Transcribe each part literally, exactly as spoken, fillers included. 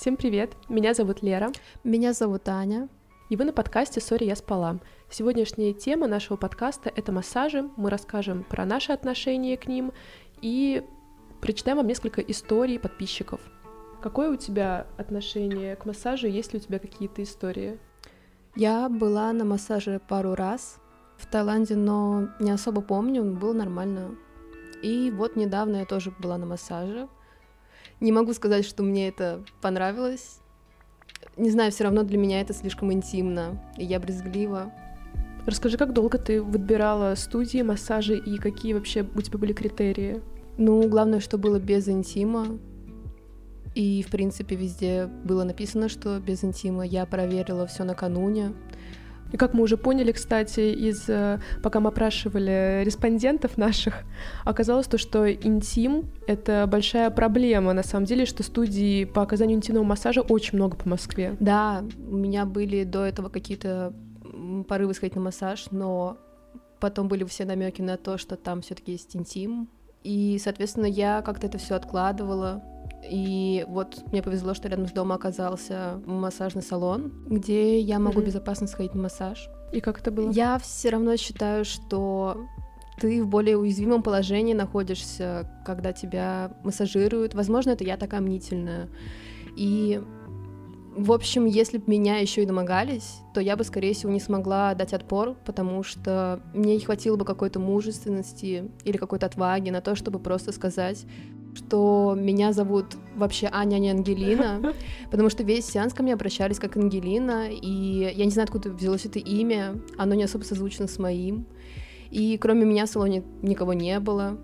Всем привет, меня зовут Лера. Меня зовут Аня. И вы на подкасте «Сори, я спала». Сегодняшняя тема нашего подкаста — это массажи. Мы расскажем про наши отношения к ним и прочитаем вам несколько историй подписчиков. Какое у тебя отношение к массажу? Есть ли у тебя какие-то истории? Я была на массаже пару раз в Таиланде, но не особо помню, было нормально. И вот недавно я тоже была на массаже. Не могу сказать, что мне это понравилось. Не знаю, все равно для меня это слишком интимно, и я брезглива. Расскажи, как долго ты выбирала студии, массажи, и какие вообще у тебя были критерии? Ну, главное, что было без интима. И, в принципе, везде было написано, что без интима. Я проверила все накануне. И как мы уже поняли, кстати, из пока мы опрашивали респондентов наших, оказалось то, что интим — это большая проблема. На самом деле, что студий по оказанию интимного массажа очень много по Москве. Да, у меня были до этого какие-то порывы сходить на массаж, но потом были все намеки на то, что там все-таки есть интим. И, соответственно, я как-то это все откладывала. И вот мне повезло, что рядом с домом оказался массажный салон, где я могу mm-hmm. безопасно сходить на массаж. И как это было? Я все равно считаю, что ты в более уязвимом положении находишься, когда тебя массажируют. Возможно, это я такая мнительная. И, в общем, если бы меня еще и домогались, то я бы, скорее всего, не смогла дать отпор, потому что мне не хватило бы какой-то мужественности или какой-то отваги на то, чтобы просто сказать, что меня зовут вообще Аня, а не Ангелина, потому что весь сеанс ко мне обращались как Ангелина, и я не знаю, откуда взялось это имя, оно не особо созвучно с моим, и кроме меня в салоне никого не было.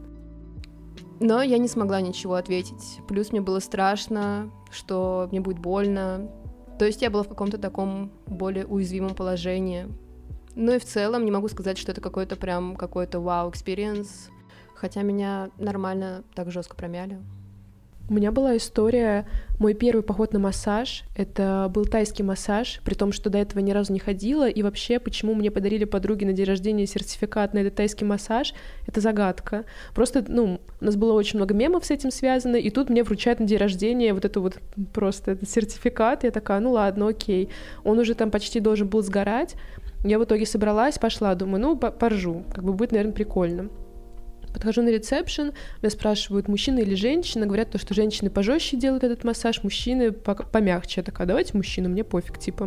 Но я не смогла ничего ответить, плюс мне было страшно, что мне будет больно, то есть я была в каком-то таком более уязвимом положении. Ну и в целом не могу сказать, что это какой-то прям какой-то вау-экспириенс, хотя меня нормально так жестко промяли. У меня была история, мой первый поход на массаж, это был тайский массаж, при том, что до этого ни разу не ходила, и вообще, почему мне подарили подруги на день рождения сертификат на этот тайский массаж, это загадка. Просто, ну, у нас было очень много мемов с этим связано, и тут мне вручают на день рождения вот это вот просто этот сертификат, и я такая, ну ладно, окей. Он уже там почти должен был сгорать, я в итоге собралась, пошла, думаю, ну, поржу, как бы будет, наверное, прикольно. Подхожу на ресепшн, меня спрашивают, мужчина или женщина, говорят то, что женщины пожестче делают этот массаж, мужчины помягче. Я такая, давайте мужчину, мне пофиг, типа.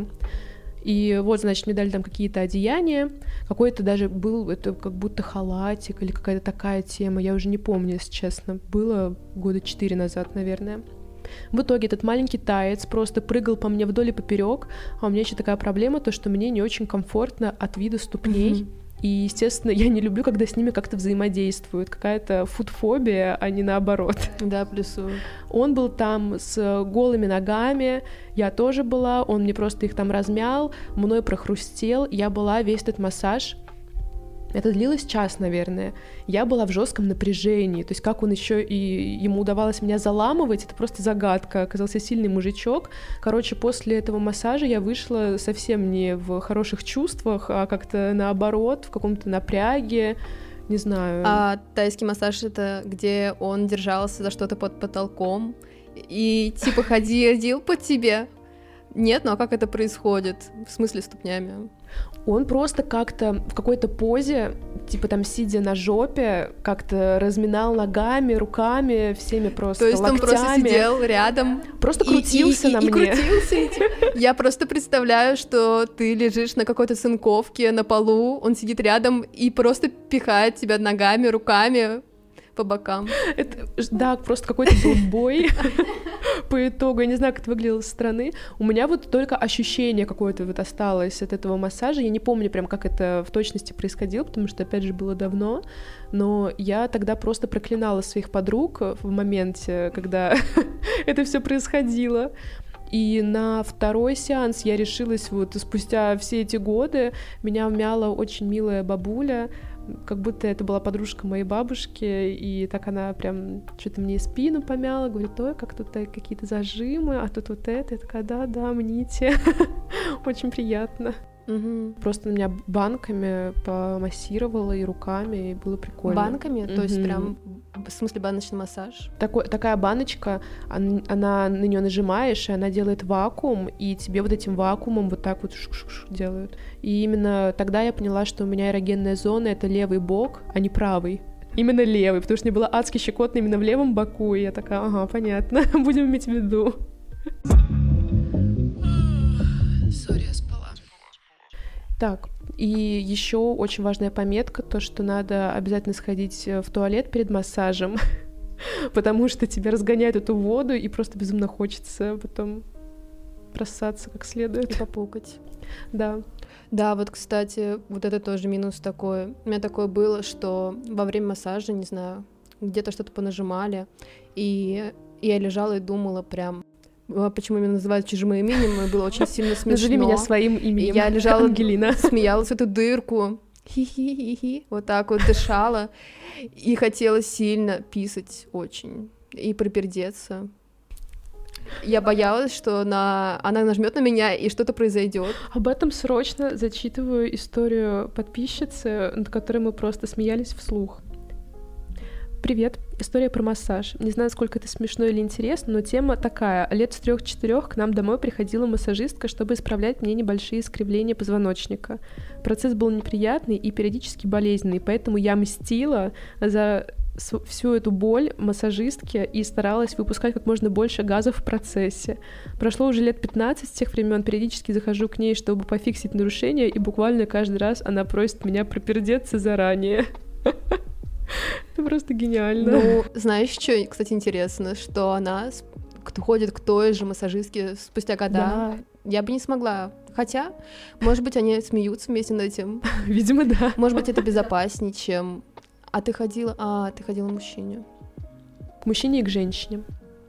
И вот, значит, мне дали там какие-то одеяния, какой-то даже был, это как будто халатик или какая-то такая тема, я уже не помню, если честно, было года четыре назад, наверное. В итоге этот маленький таец просто прыгал по мне вдоль и поперек, а у меня еще такая проблема, то, что мне не очень комфортно от вида ступней. Mm-hmm. И, естественно, я не люблю, когда с ними как-то взаимодействуют. Какая-то фудфобия, а не наоборот. Да, плюсую. Он был там с голыми ногами, я тоже была, он мне просто их там размял, мной прохрустел, я была весь этот массаж. Это длилось час, наверное. Я была в жестком напряжении. То есть как он еще и ему удавалось меня заламывать, это просто загадка. Оказался сильный мужичок. Короче, после этого массажа я вышла совсем не в хороших чувствах, а как-то наоборот, в каком-то напряге. Не знаю. А тайский массаж — это где он держался за что-то под потолком и типа ходил под тебе? Нет, ну а как это происходит? В смысле ступнями? Он просто как-то в какой-то позе, типа там сидя на жопе, как-то разминал ногами, руками, всеми просто локтями. То есть локтями. Он просто сидел рядом. Просто крутился и, и, на и, мне. И крутился. Я просто представляю, что ты лежишь на какой-то цинковке на полу, он сидит рядом и просто пихает тебя ногами, руками по бокам. Это, да, просто какой-то был бой по итогу. Я не знаю, как это выглядело со стороны. У меня вот только ощущение какое-то вот осталось от этого массажа. Я не помню прям, как это в точности происходило, потому что, опять же, было давно. Но я тогда просто проклинала своих подруг в моменте, когда это все происходило. И на второй сеанс я решилась вот спустя все эти годы. Меня мяла очень милая бабуля, как будто это была подружка моей бабушки, и так она прям что-то мне спину помяла, говорит, ой, как тут какие-то зажимы, а тут вот это, я такая, да-да, мните, очень приятно. Угу. Просто на меня банками помассировала и руками, и было прикольно. Банками? Угу. То есть прям в смысле баночный массаж? Такой, такая баночка, она, она на нее нажимаешь, и она делает вакуум, и тебе вот этим вакуумом вот так вот ш-ш-ш делают. И именно тогда я поняла, что у меня эрогенная зона — это левый бок, а не правый. Именно левый, потому что мне было адски щекотно именно в левом боку, и я такая, ага, понятно, будем иметь в виду. Сори, я спала. Так, и еще очень важная пометка, то, что надо обязательно сходить в туалет перед массажем, потому что тебя разгоняют эту воду, и просто безумно хочется потом просаться как следует. И попукать. Да. Да, вот, кстати, вот это тоже минус такой. У меня такое было, что во время массажа, не знаю, где-то что-то понажимали, и я лежала и думала прям, почему меня называют чужим именем, и было очень сильно смешно. Назови меня своим именем, и я лежала, Ангелина. Смеялась в эту дырку, хи-хи-хи-хи, вот так вот дышала, и хотела сильно писать очень, и пропердеться. Я боялась, что на... она нажмет на меня, и что-то произойдет. Об этом срочно зачитываю историю подписчицы, над которой мы просто смеялись вслух. Привет, история про массаж. Не знаю, сколько это смешно или интересно, но тема такая. Лет с трех-четырех к нам домой приходила массажистка, чтобы исправлять мне небольшие искривления позвоночника. Процесс был неприятный и периодически болезненный, поэтому я мстила за всю эту боль массажистки и старалась выпускать как можно больше газов в процессе. Прошло уже лет пятнадцать с тех времен, периодически захожу к ней, чтобы пофиксить нарушения, и буквально каждый раз она просит меня пропердеться заранее. Это просто гениально. Ну, знаешь, что, кстати, интересно, что она ходит к той же массажистке спустя года. Да. Я бы не смогла. Хотя, может быть, они смеются вместе над этим. Видимо, да. Может быть, это безопаснее, чем... А ты ходила... А, ты ходила к мужчине. К мужчине и к женщине.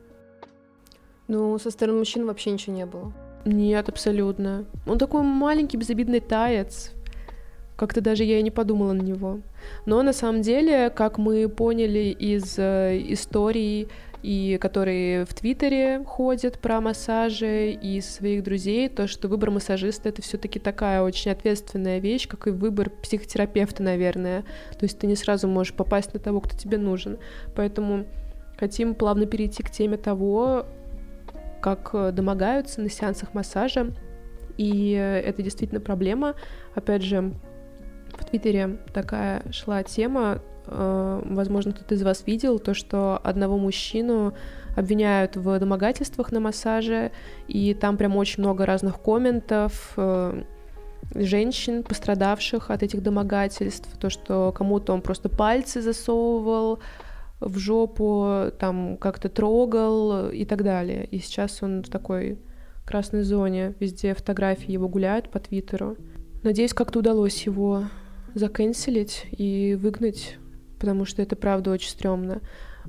Ну, со стороны мужчин вообще ничего не было. Нет, абсолютно. Он такой маленький, безобидный таец. Как-то даже я и не подумала на него. Но на самом деле, как мы поняли из э, историй, и которые в Твиттере ходят про массажи, и своих друзей, то, что выбор массажиста — это все-таки такая очень ответственная вещь, как и выбор психотерапевта, наверное. То есть ты не сразу можешь попасть на того, кто тебе нужен. Поэтому хотим плавно перейти к теме того, как домогаются на сеансах массажа. И это действительно проблема. Опять же, в Твиттере такая шла тема, э, возможно, кто-то из вас видел, то, что одного мужчину обвиняют в домогательствах на массаже, и там прям очень много разных комментов э, женщин, пострадавших от этих домогательств, то, что кому-то он просто пальцы засовывал в жопу, там как-то трогал и так далее. И сейчас он в такой красной зоне, везде фотографии его гуляют по Твиттеру. Надеюсь, как-то удалось его закэнселить и выгнать, потому что это, правда, очень стрёмно.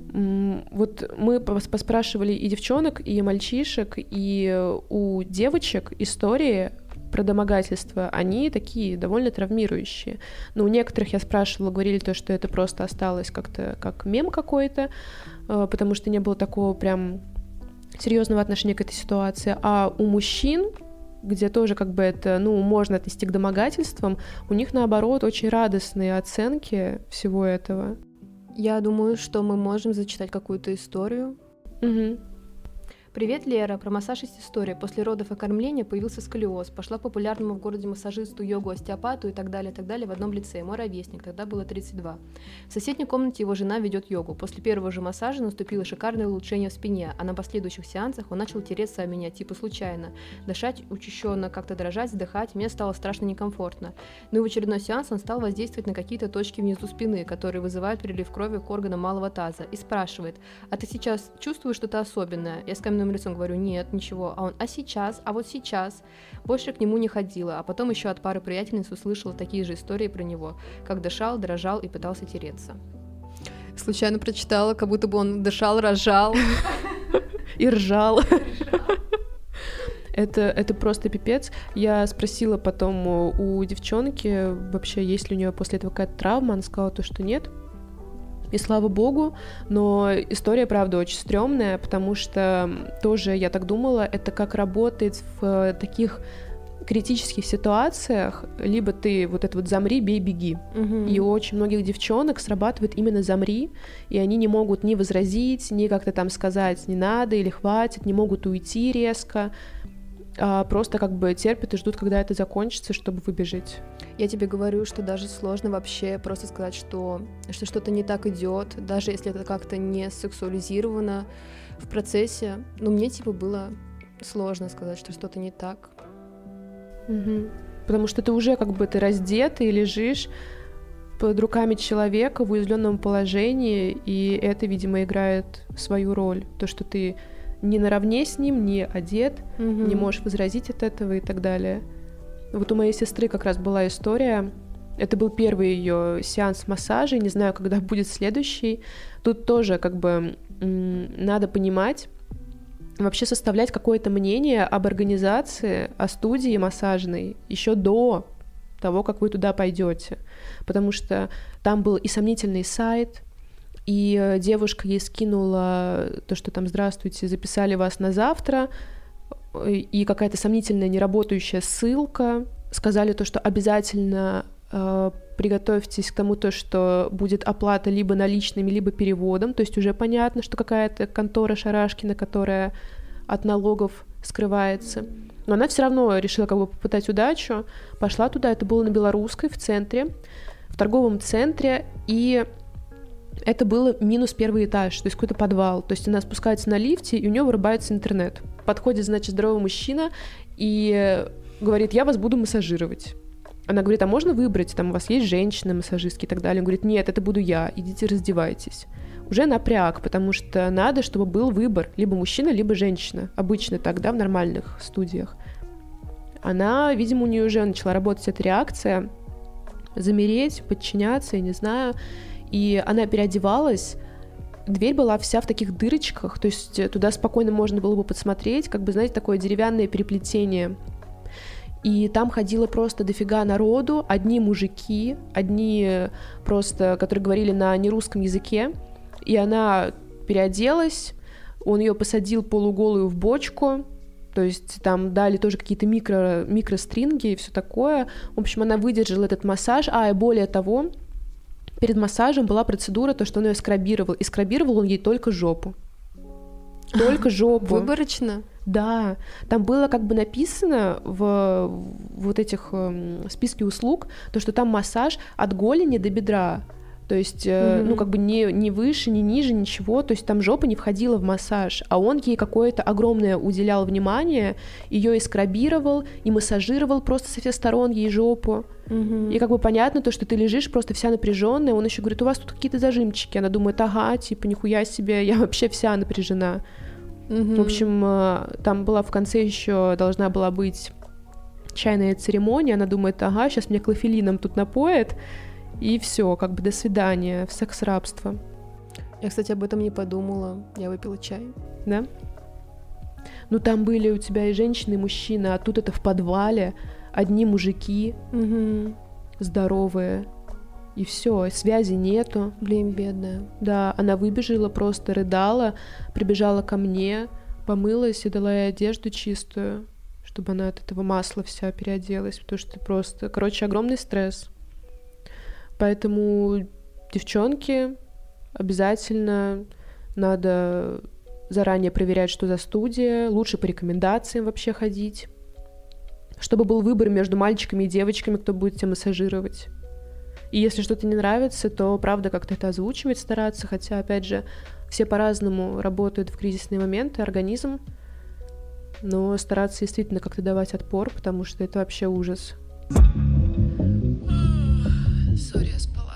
Вот мы поспрашивали и девчонок, и мальчишек, и у девочек истории про домогательства, они такие довольно травмирующие. Но у некоторых я спрашивала, говорили то, что это просто осталось как-то как мем какой-то, потому что не было такого прям серьезного отношения к этой ситуации. А у мужчин, где тоже как бы это, ну, можно отнести к домогательствам, у них, наоборот, очень радостные оценки всего этого. Я думаю, что мы можем зачитать какую-то историю. Угу. Привет, Лера. Про массаж есть история. После родов и кормления появился сколиоз. Пошла к популярному в городе массажисту, йогу, остеопату и так далее, и так далее в одном лице. Мой ровесник, тогда было тридцать два. В соседней комнате его жена ведет йогу. После первого же массажа наступило шикарное улучшение в спине, а на последующих сеансах он начал тереться о меня, типа случайно. Дышать учащенно, как-то дрожать, вздыхать. Мне стало страшно некомфортно. Ну и в очередной сеанс он стал воздействовать на какие-то точки внизу спины, которые вызывают прилив крови к органам малого таза. И спрашивает: а ты сейчас чувствуешь что-то особенное? Я с каменным лицом говорю: нет, ничего. А он: а сейчас? А вот сейчас? Больше к нему не ходила, а потом еще от пары приятельниц услышала такие же истории про него, как дышал, дрожал и пытался тереться. Случайно прочитала, как будто бы он дышал, рожал и ржал. Это, это просто пипец. Я спросила потом у девчонки, вообще, есть ли у нее после этого какая-то травма. Она сказала то, что нет. И слава богу, но история, правда, очень стрёмная, потому что тоже, я так думала, это как работает в таких критических ситуациях либо ты вот это вот замри, бей, беги. Угу. И у очень многих девчонок срабатывает именно замри, и они не могут ни возразить, ни как-то там сказать не надо или хватит, не могут уйти резко, а просто как бы терпят и ждут, когда это закончится, чтобы выбежать. Я тебе говорю, что даже сложно вообще просто сказать, что, что что-то не так идет, даже если это как-то не сексуализировано в процессе. Но мне типа было сложно сказать, что что-то не так. Угу. Потому что ты уже как бы ты раздета и лежишь под руками человека в уязвленном положении, и это, видимо, играет свою роль. То, что ты не наравне с ним, не одет, Угу. не можешь возразить от этого и так далее. Вот у моей сестры как раз была история. Это был первый ее сеанс массажа, не знаю, когда будет следующий. Тут тоже как бы м- надо понимать, вообще составлять какое-то мнение об организации, о студии массажной еще до того, как вы туда пойдете. Потому что там был и сомнительный сайт, и девушка ей скинула то, что там «Здравствуйте, записали вас на завтра», и какая-то сомнительная неработающая ссылка. Сказали то, что обязательно э, приготовьтесь к тому, то, что будет оплата либо наличными, либо переводом. То есть уже понятно, что какая-то контора Шарашкина, которая от налогов скрывается. Но она все равно решила как бы попытать удачу. Пошла туда, это было на Белорусской, в центре, в торговом центре, и это было минус первый этаж, то есть какой-то подвал. То есть она спускается на лифте, и у нее вырубается интернет. Подходит, значит, здоровый мужчина и говорит: я вас буду массажировать. Она говорит: а можно выбрать, там у вас есть женщины-массажистки и так далее. Он говорит: нет, это буду я, идите раздевайтесь. Уже напряг, потому что надо, чтобы был выбор, либо мужчина, либо женщина. Обычно так, да, в нормальных студиях. Она, видимо, у нее уже начала работать эта реакция, замереть, подчиняться, я не знаю. И она переодевалась, дверь была вся в таких дырочках, то есть туда спокойно можно было бы подсмотреть, как бы, знаете, такое деревянное переплетение. И там ходило просто дофига народу, одни мужики, одни просто, которые говорили на нерусском языке, и она переоделась, он ее посадил полуголую в бочку, то есть там дали тоже какие-то микро, микростринги и все такое. В общем, она выдержала этот массаж, а и более того, перед массажем была процедура, то, что он ее скрабировал. И скрабировал он ей только жопу. Только жопу. Выборочно? Да. Там было как бы написано в, в вот этих э, списке услуг, то, что там массаж от голени до бедра. То есть, э, mm-hmm. ну, как бы не, не выше, не ниже, ничего. То есть там жопа не входила в массаж, а он ей какое-то огромное уделял внимание, ее и скрабировал, и массажировал просто со всех сторон ей жопу. Mm-hmm. И как бы понятно то, что ты лежишь просто вся напряженная. Он еще говорит: у вас тут какие-то зажимчики. Она думает: ага, типа, нихуя себе, я вообще вся напряжена. Mm-hmm. В общем, там была в конце еще должна была быть чайная церемония. Она думает: ага, сейчас меня клофелином тут напоят. И все, как бы до свидания, в секс-рабство. Я, кстати, об этом не подумала. Я выпила чай. Да? Ну, там были у тебя и женщины, и мужчины, а тут это в подвале. Одни мужики, угу. здоровые. И все, связи нету. Блин, бедная. Да, она выбежала, просто рыдала, прибежала ко мне, помылась и дала ей одежду чистую, чтобы она от этого масла вся переоделась, потому что просто... Короче, огромный стресс. Поэтому, девчонки, обязательно надо заранее проверять, что за студия, лучше по рекомендациям вообще ходить, чтобы был выбор между мальчиками и девочками, кто будет тебя массажировать. И если что-то не нравится, то, правда, как-то это озвучивать стараться, хотя, опять же, все по-разному работают в кризисные моменты, организм, но стараться действительно как-то давать отпор, потому что это вообще ужас. Сори, я спала.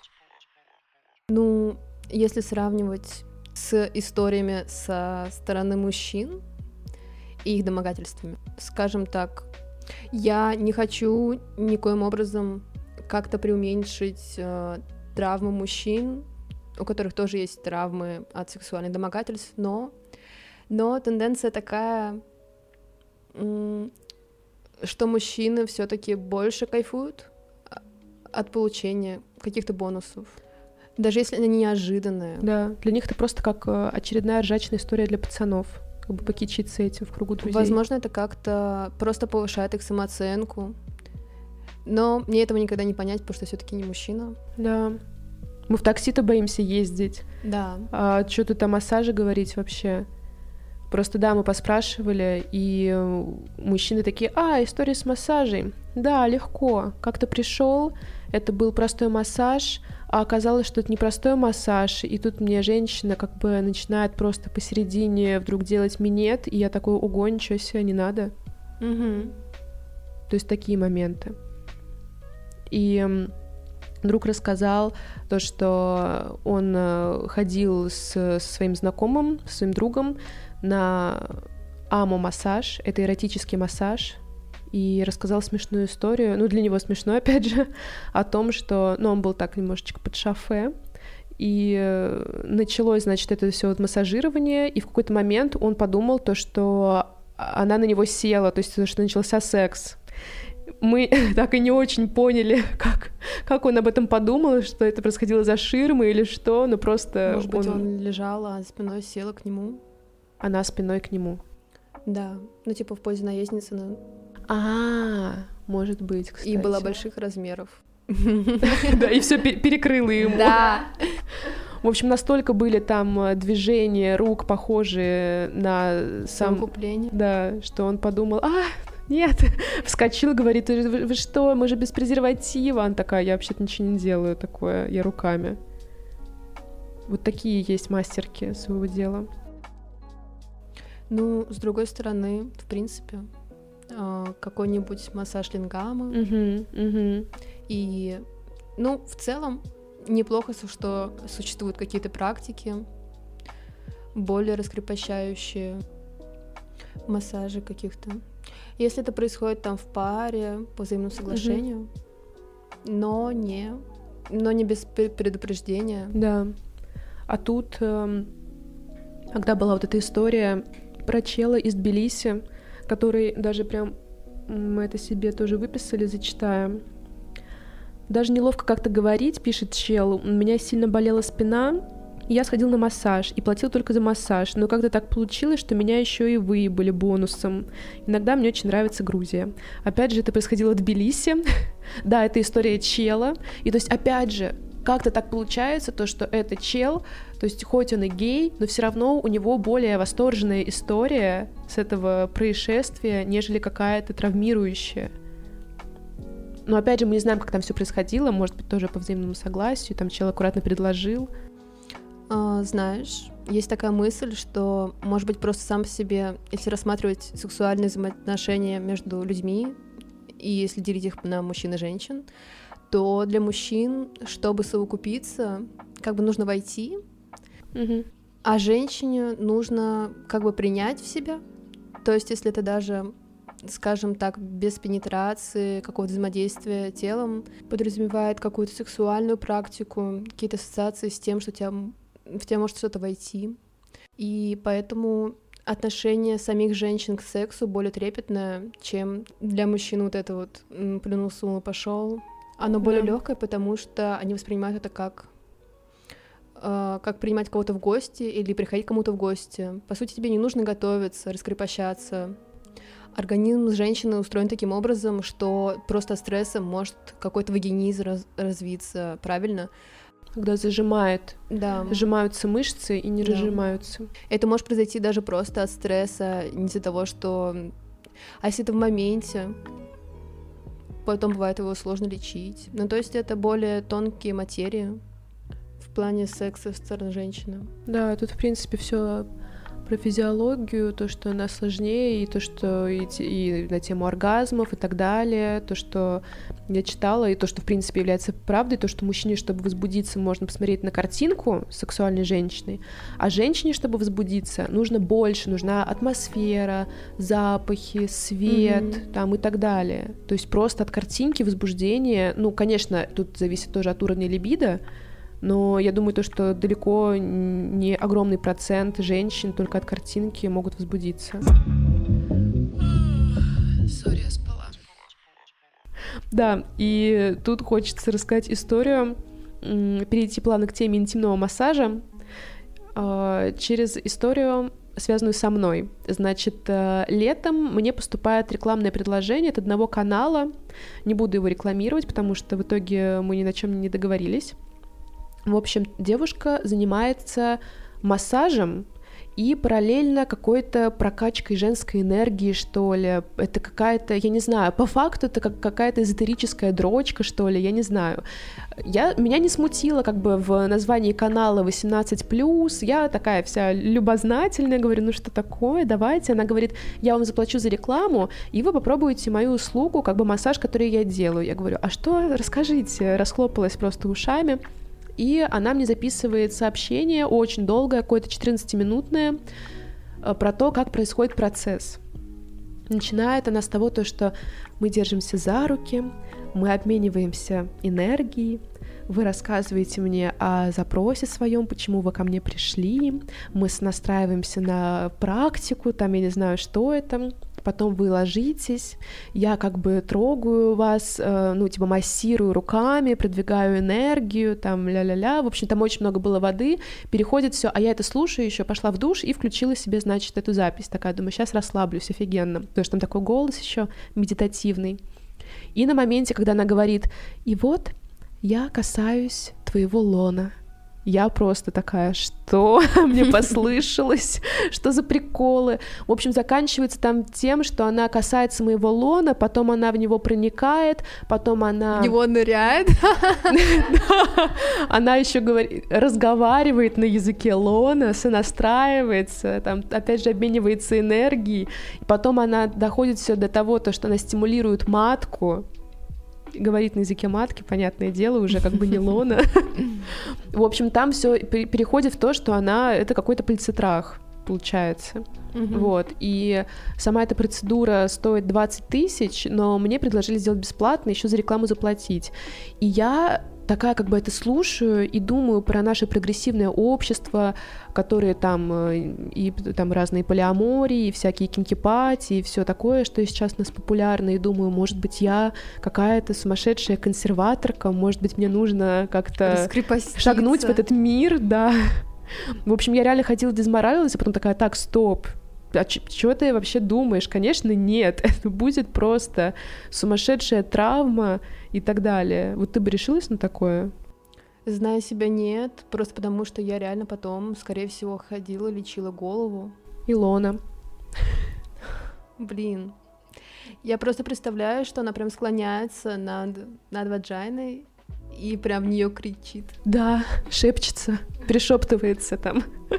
Ну, если сравнивать с историями со стороны мужчин и их домогательствами, скажем так, я не хочу никоим образом как-то преуменьшить э, травмы мужчин, у которых тоже есть травмы от сексуальных домогательств, но, но тенденция такая, м- что мужчины все-таки больше кайфуют от получения каких-то бонусов, даже если они неожиданные. Да, для них это просто как очередная ржачная история для пацанов, как бы покичиться этим в кругу друзей. Возможно, это как-то просто повышает их самооценку. Но мне этого никогда не понять, потому что все-таки не мужчина. Да. Мы в такси-то боимся ездить. Да. А что тут о массаже говорить вообще? Просто, да, мы поспрашивали, и мужчины такие: а, история с массажем. Да, легко. Как-то пришел, это был простой массаж, а оказалось, что это не простой массаж, и тут мне женщина как бы начинает просто посередине вдруг делать минет, и я такой: ого, ничего себе, не надо. Угу. То есть такие моменты. И друг рассказал то, что он ходил с, со своим знакомым, со своим другом на амо-массаж, это эротический массаж, и рассказал смешную историю, ну, для него смешную, опять же, о том, что, ну, он был так немножечко под шофе, и началось, значит, это все вот массажирование, и в какой-то момент он подумал то, что она на него села, то есть, что начался секс. Мы так и не очень поняли, как, как он об этом подумал, что это происходило за ширмой или что, но просто... Может быть, он, он лежал, а спиной села к нему? Она спиной к нему. Да, ну типа в позе наездницы. На... А, может быть, кстати. И была больших размеров. Да, и все перекрыло ему. Да. В общем, настолько были там движения рук, похожие на сам... Совокупление. Да, что он подумал: а, нет, вскочил, говорит: вы, вы что, мы же без презерватива. Она такая: я вообще-то ничего не делаю такое, я руками. Вот такие есть мастерки своего дела. Ну, с другой стороны, в принципе, какой-нибудь массаж лингамы. Uh-huh, uh-huh. И, ну, в целом, неплохо, что существуют какие-то практики, более раскрепощающие, массажи каких-то. Если это происходит там в паре, по взаимному соглашению, uh-huh. но не, но не без предупреждения. Да. А тут, когда была вот эта история про чела из Тбилиси, который даже прям, мы это себе тоже выписали, зачитаем. Даже неловко как-то говорить, пишет чел: у меня сильно болела спина, и я сходил на массаж и платил только за массаж, но как-то так получилось, что меня еще и выебали бонусом. Иногда мне очень нравится Грузия. Опять же, это происходило в Тбилиси. Да, это история чела. И то есть, опять же, как-то так получается, то, что это чел, то есть хоть он и гей, но все равно у него более восторженная история с этого происшествия, нежели какая-то травмирующая. Но опять же, мы не знаем, как там все происходило, может быть, тоже по взаимному согласию, там чел аккуратно предложил. А, знаешь, есть такая мысль, что, может быть, просто сам по себе, если рассматривать сексуальные взаимоотношения между людьми, и если делить их на мужчин и женщин, то для мужчин, чтобы совокупиться, как бы нужно войти, угу. а женщине нужно как бы принять в себя. То есть, если это даже, скажем так, без пенетрации, какого-то взаимодействия телом, подразумевает какую-то сексуальную практику, какие-то ассоциации с тем, что тебя, в тебя может что-то войти. И поэтому отношение самих женщин к сексу более трепетное, чем для мужчин вот это вот плюнул, сунул, пошел. Оно более да. легкое, потому что они воспринимают это как, э, как принимать кого-то в гости или приходить кому-то в гости. По сути, тебе не нужно готовиться, раскрепощаться. Организм женщины устроен таким образом, что просто стрессом может какой-то вагиниз раз- развиться, правильно? Когда зажимает, да. сжимаются мышцы и не да. разжимаются. Это может произойти даже просто от стресса, не из-за того, что... А если это в моменте... Потом бывает его сложно лечить. Ну, то есть это более тонкие материи в плане секса со стороны женщины. Да, тут, в принципе, все про физиологию, то, что она сложнее, и то, что и, и на тему оргазмов и так далее, то, что я читала, и то, что, в принципе, является правдой, то, что мужчине, чтобы возбудиться, можно посмотреть на картинку сексуальной женщины, а женщине, чтобы возбудиться, нужно больше, нужна атмосфера, запахи, свет, mm-hmm. там и так далее. То есть просто от картинки возбуждение, ну, конечно, тут зависит тоже от уровня либидо, но я думаю, то, что далеко не огромный процент женщин только от картинки могут возбудиться. Сори, я спала. Да, и тут хочется рассказать историю, перейти плавно к теме интимного массажа. Через историю связанную со мной. Значит, летом мне поступает рекламное предложение от одного канала. Не буду его рекламировать, потому что в итоге мы ни на чем не договорились. В общем, девушка занимается массажем и параллельно какой-то прокачкой женской энергии, что ли. Это какая-то, я не знаю, по факту это как какая-то эзотерическая дрочка, что ли, я не знаю. Я, меня не смутило как бы в названии канала восемнадцать плюс, я такая вся любознательная, говорю, ну что такое, давайте. Она говорит, я вам заплачу за рекламу, и вы попробуете мою услугу, как бы массаж, который я делаю. Я говорю, а что, расскажите, расхлопалась просто ушами. И она мне записывает сообщение, очень долгое, какое-то четырнадцатиминутное, про то, как происходит процесс. Начинает она с того, то, что мы держимся за руки, мы обмениваемся энергией, вы рассказываете мне о запросе своем, почему вы ко мне пришли, мы настраиваемся на практику, там я не знаю, что это, потом вы ложитесь, я как бы трогаю вас, ну, типа массирую руками, продвигаю энергию, там, ля-ля-ля, в общем, там очень много было воды, переходит все, а я это слушаю еще, пошла в душ и включила себе, значит, эту запись, такая, думаю, сейчас расслаблюсь, офигенно, потому что там такой голос еще медитативный. И на моменте, когда она говорит, и вот я касаюсь твоего лона, я просто такая, что? Мне послышалось, что за приколы? В общем, заканчивается там тем, что она касается моего лона, потом она в него проникает, потом она... В него ныряет? Она еще разговаривает на языке лона, сонастраивается, там, опять же, обменивается энергией, потом она доходит все до того, что она стимулирует матку, говорит на языке матки, понятное дело, уже как бы не лона. В общем, там все переходит в то, что она, это какой-то пальцитрах, получается. Mm-hmm. Вот. И сама эта процедура стоит двадцать тысяч, но мне предложили сделать бесплатно, еще за рекламу заплатить. И я такая как бы это слушаю и думаю про наше прогрессивное общество, которые там и там разные полиамории, и всякие кинки-пати, и все такое, что сейчас у нас популярно, и думаю, может быть, я какая-то сумасшедшая консерваторка, может быть, мне нужно как-то шагнуть в этот мир, да. В общем, я реально ходила, дезморалилась, а потом такая, так, стоп, а что ты вообще думаешь? Конечно, нет, это будет просто сумасшедшая травма и так далее. Вот ты бы решилась на такое? Зная себя, нет, просто потому что я реально потом, скорее всего, ходила, лечила голову. Илона. Блин. Я просто представляю, что она прям склоняется над, над ваджайной и прям в нее кричит. Да, шепчется, пришептывается там.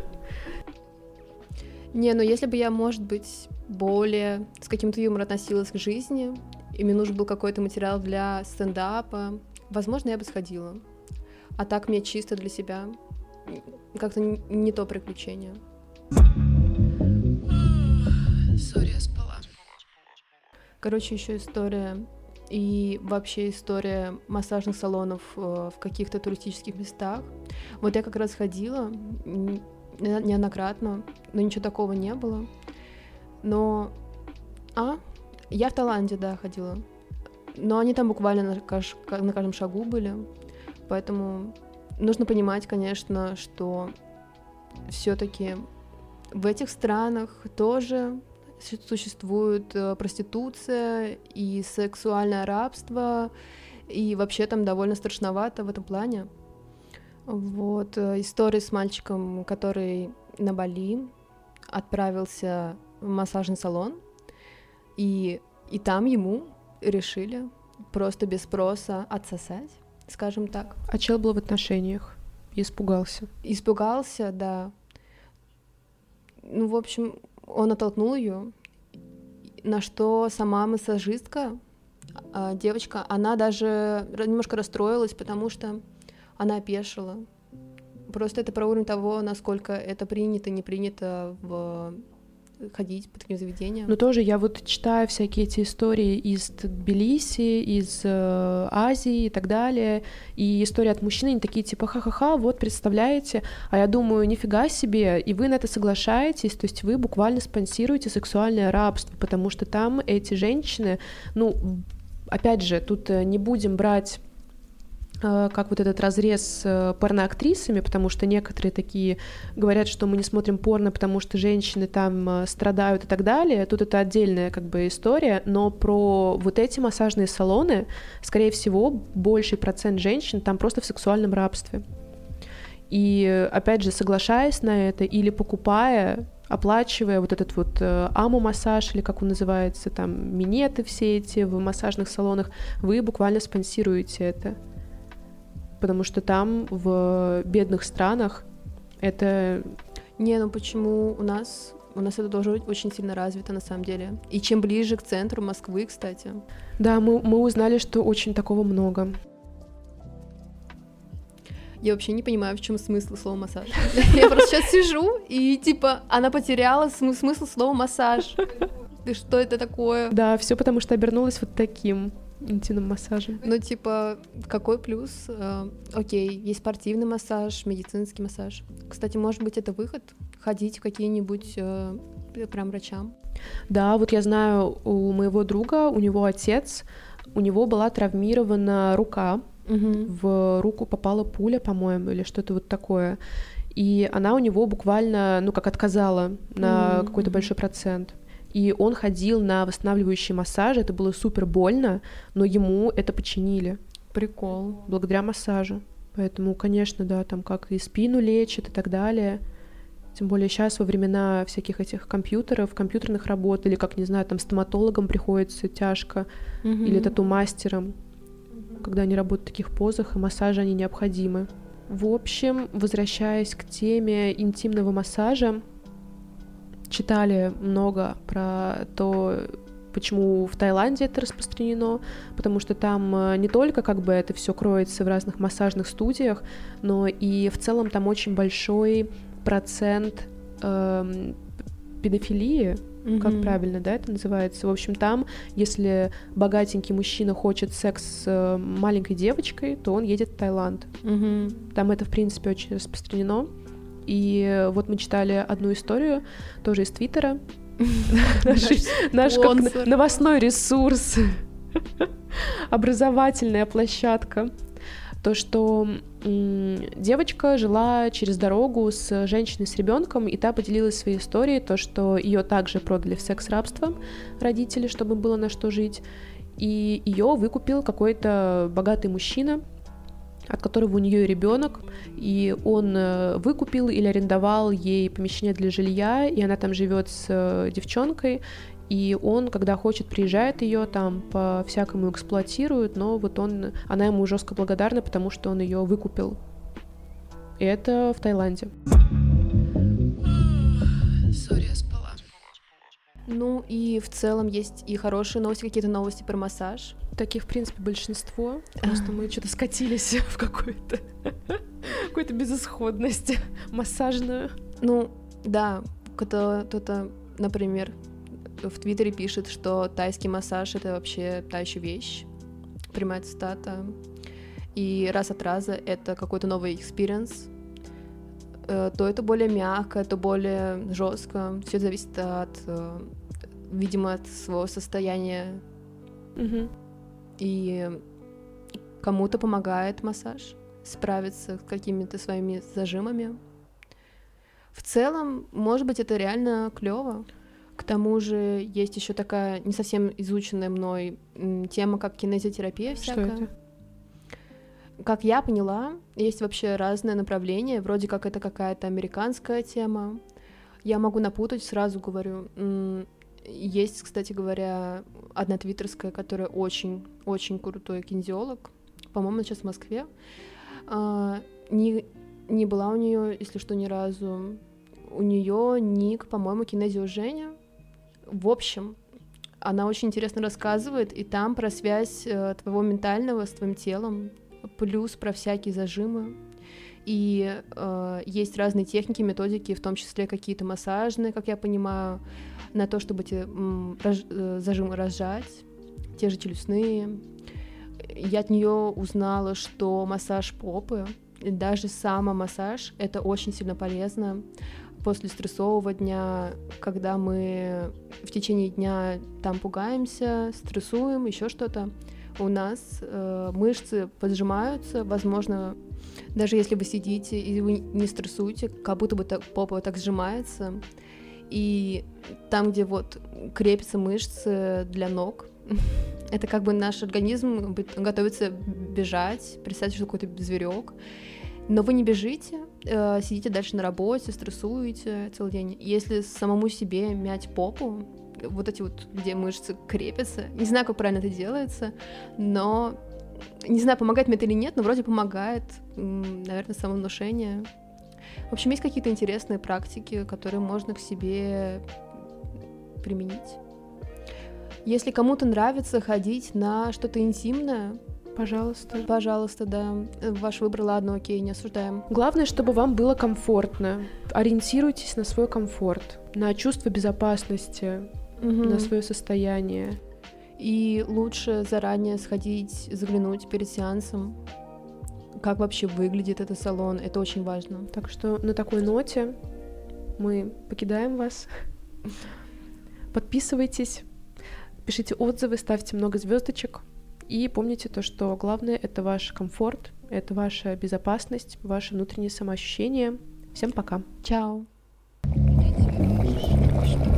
Не, ну если бы я, может быть, более с каким-то юмором относилась к жизни, и мне нужен был какой-то материал для стендапа, возможно, я бы сходила. А так мне чисто для себя как-то не то приключение. Сори, я спала. Короче, еще история и вообще история массажных салонов в каких-то туристических местах. Вот я как раз ходила неоднократно, но ничего такого не было. Но... А? Я в Таиланде, да, ходила. Но они там буквально на, каж... на каждом шагу были. Поэтому нужно понимать, конечно, что все-таки в этих странах тоже существует проституция и сексуальное рабство, и вообще там довольно страшновато в этом плане. Вот, история с мальчиком, который на Бали отправился в массажный салон, и, и там ему решили просто без спроса отсосать, скажем так. А чел был в отношениях и испугался. Испугался, да. Ну, в общем, он оттолкнул ее, на что сама массажистка, девочка, она даже немножко расстроилась, потому что она опешила. Просто это про уровень того, насколько это принято, не принято в... ходить по таким заведениям. Но тоже я вот читаю всякие эти истории из Тбилиси, из э, Азии и так далее, и истории от мужчин, они такие типа ха-ха-ха, вот представляете, а я думаю, нифига себе, и вы на это соглашаетесь, то есть вы буквально спонсируете сексуальное рабство, потому что там эти женщины, ну, опять же, тут не будем брать как вот этот разрез с порноактрисами, потому что некоторые такие говорят, что мы не смотрим порно, потому что женщины там страдают и так далее. Тут это отдельная как бы история, но про вот эти массажные салоны, скорее всего, больший процент женщин там просто в сексуальном рабстве. И, опять же, соглашаясь на это или покупая, оплачивая вот этот вот э, аму-массаж, или как он называется, там, минеты все эти в массажных салонах, вы буквально спонсируете это. Потому что там, в бедных странах, это... Не, ну почему у нас... У нас это тоже очень сильно развито, на самом деле. И чем ближе к центру Москвы, кстати. Да, мы, мы узнали, что очень такого много. Я вообще не понимаю, в чем смысл слова массаж. Я просто сейчас сижу, и типа она потеряла смысл слова массаж. И что это такое? Да, все потому что обернулось вот таким интимным массажем. Ну, типа, какой плюс? Э, окей, есть спортивный массаж, медицинский массаж. Кстати, может быть, это выход? Ходить к каким-нибудь э, прям врачам? Да, вот я знаю, у моего друга, у него отец, у него была травмирована рука, угу. В руку попала пуля, по-моему, или что-то вот такое. И она у него буквально, ну, как отказала на угу. какой-то большой процент. И он ходил на восстанавливающие массажи, это было супер больно, но ему это починили. Прикол. Благодаря массажу. Поэтому, конечно, да, там как и спину лечат и так далее. Тем более сейчас во времена всяких этих компьютеров, компьютерных работ, или, как, не знаю, там стоматологам приходится тяжко, mm-hmm. или тату-мастерам, mm-hmm. когда они работают в таких позах, и массажи, они необходимы. В общем, возвращаясь к теме интимного массажа, читали много про то, почему в Таиланде это распространено, потому что там не только как бы это все кроется в разных массажных студиях, но и в целом там очень большой процент э, педофилии, mm-hmm. как правильно, да, это называется. В общем, там, если богатенький мужчина хочет секс с маленькой девочкой, то он едет в Таиланд. Mm-hmm. Там это, в принципе, очень распространено. И вот мы читали одну историю, тоже из Твиттера. Наш новостной ресурс, образовательная площадка. То, что девочка жила через дорогу с женщиной с ребенком, и та поделилась своей историей, то, что ее также продали в секс-рабство родители, чтобы было на что жить. И ее выкупил какой-то богатый мужчина, от которого у нее ребенок, и он выкупил или арендовал ей помещение для жилья, и она там живет с девчонкой, и он, когда хочет, приезжает ее там по-всякому эксплуатирует, но вот он, она ему жестко благодарна, потому что он ее выкупил. И это в Таиланде. Сори, я спала. Ну и в целом есть и хорошие новости, какие-то новости про массаж. Таких, в принципе, большинство. Просто мы что-то скатились в какую-то какую-то безысходность массажную. Ну, да, кто-то, например, в Твиттере пишет, что тайский массаж — это вообще та еще вещь. Прямая цитата. И раз от раза это какой-то новый экспириенс. То это более мягко, то более жестко. Все зависит от, видимо, от своего состояния. Угу. И кому-то помогает массаж справиться с какими-то своими зажимами. В целом, может быть, это реально клево. К тому же есть еще такая не совсем изученная мной тема, как кинезиотерапия всякая. Что это? Как я поняла, есть вообще разные направления. Вроде как это какая-то американская тема. Я могу напутать, сразу говорю. Есть, кстати говоря, одна твиттерская, которая очень-очень крутой кинезиолог. По-моему, сейчас в Москве. А, не, не была у нее, если что, ни разу. У нее ник, по-моему, Кинезио Женя. В общем, она очень интересно рассказывает, и там про связь э, твоего ментального с твоим телом, плюс про всякие зажимы. И э, есть разные техники, методики, в том числе какие-то массажные, как я понимаю, на то, чтобы эти м, раж, э, зажимы разжать, те же челюстные. Я от нее узнала, что массаж попы, даже самомассаж, это очень сильно полезно. После стрессового дня, когда мы в течение дня там пугаемся, стрессуем, еще что-то, у нас э, мышцы поджимаются, возможно, даже если вы сидите и вы не стрессуете, как будто бы так, попа так сжимается, и там, где вот крепятся мышцы для ног, это как бы наш организм готовится бежать, представьте, что какой-то зверек, но вы не бежите, э, сидите дальше на работе, стрессуете целый день. Если самому себе мять попу, вот эти вот, где мышцы крепятся, не знаю, как правильно это делается, но не знаю, помогает мне это или нет, но вроде помогает, наверное, самовнушение. В общем, есть какие-то интересные практики, которые можно к себе применить. Если кому-то нравится ходить на что-то интимное, пожалуйста. Пожалуйста, да. Ваш выбор, ладно, окей, не осуждаем. Главное, чтобы вам было комфортно. Ориентируйтесь на свой комфорт, на чувство безопасности, угу. на свое состояние. И лучше заранее сходить, заглянуть перед сеансом, как вообще выглядит этот салон, это очень важно. Так что на такой ноте мы покидаем вас. Подписывайтесь, пишите отзывы, ставьте много звездочек. И помните то, что главное — это ваш комфорт, это ваша безопасность, ваше внутреннее самоощущение. Всем пока. Чао. Я тебе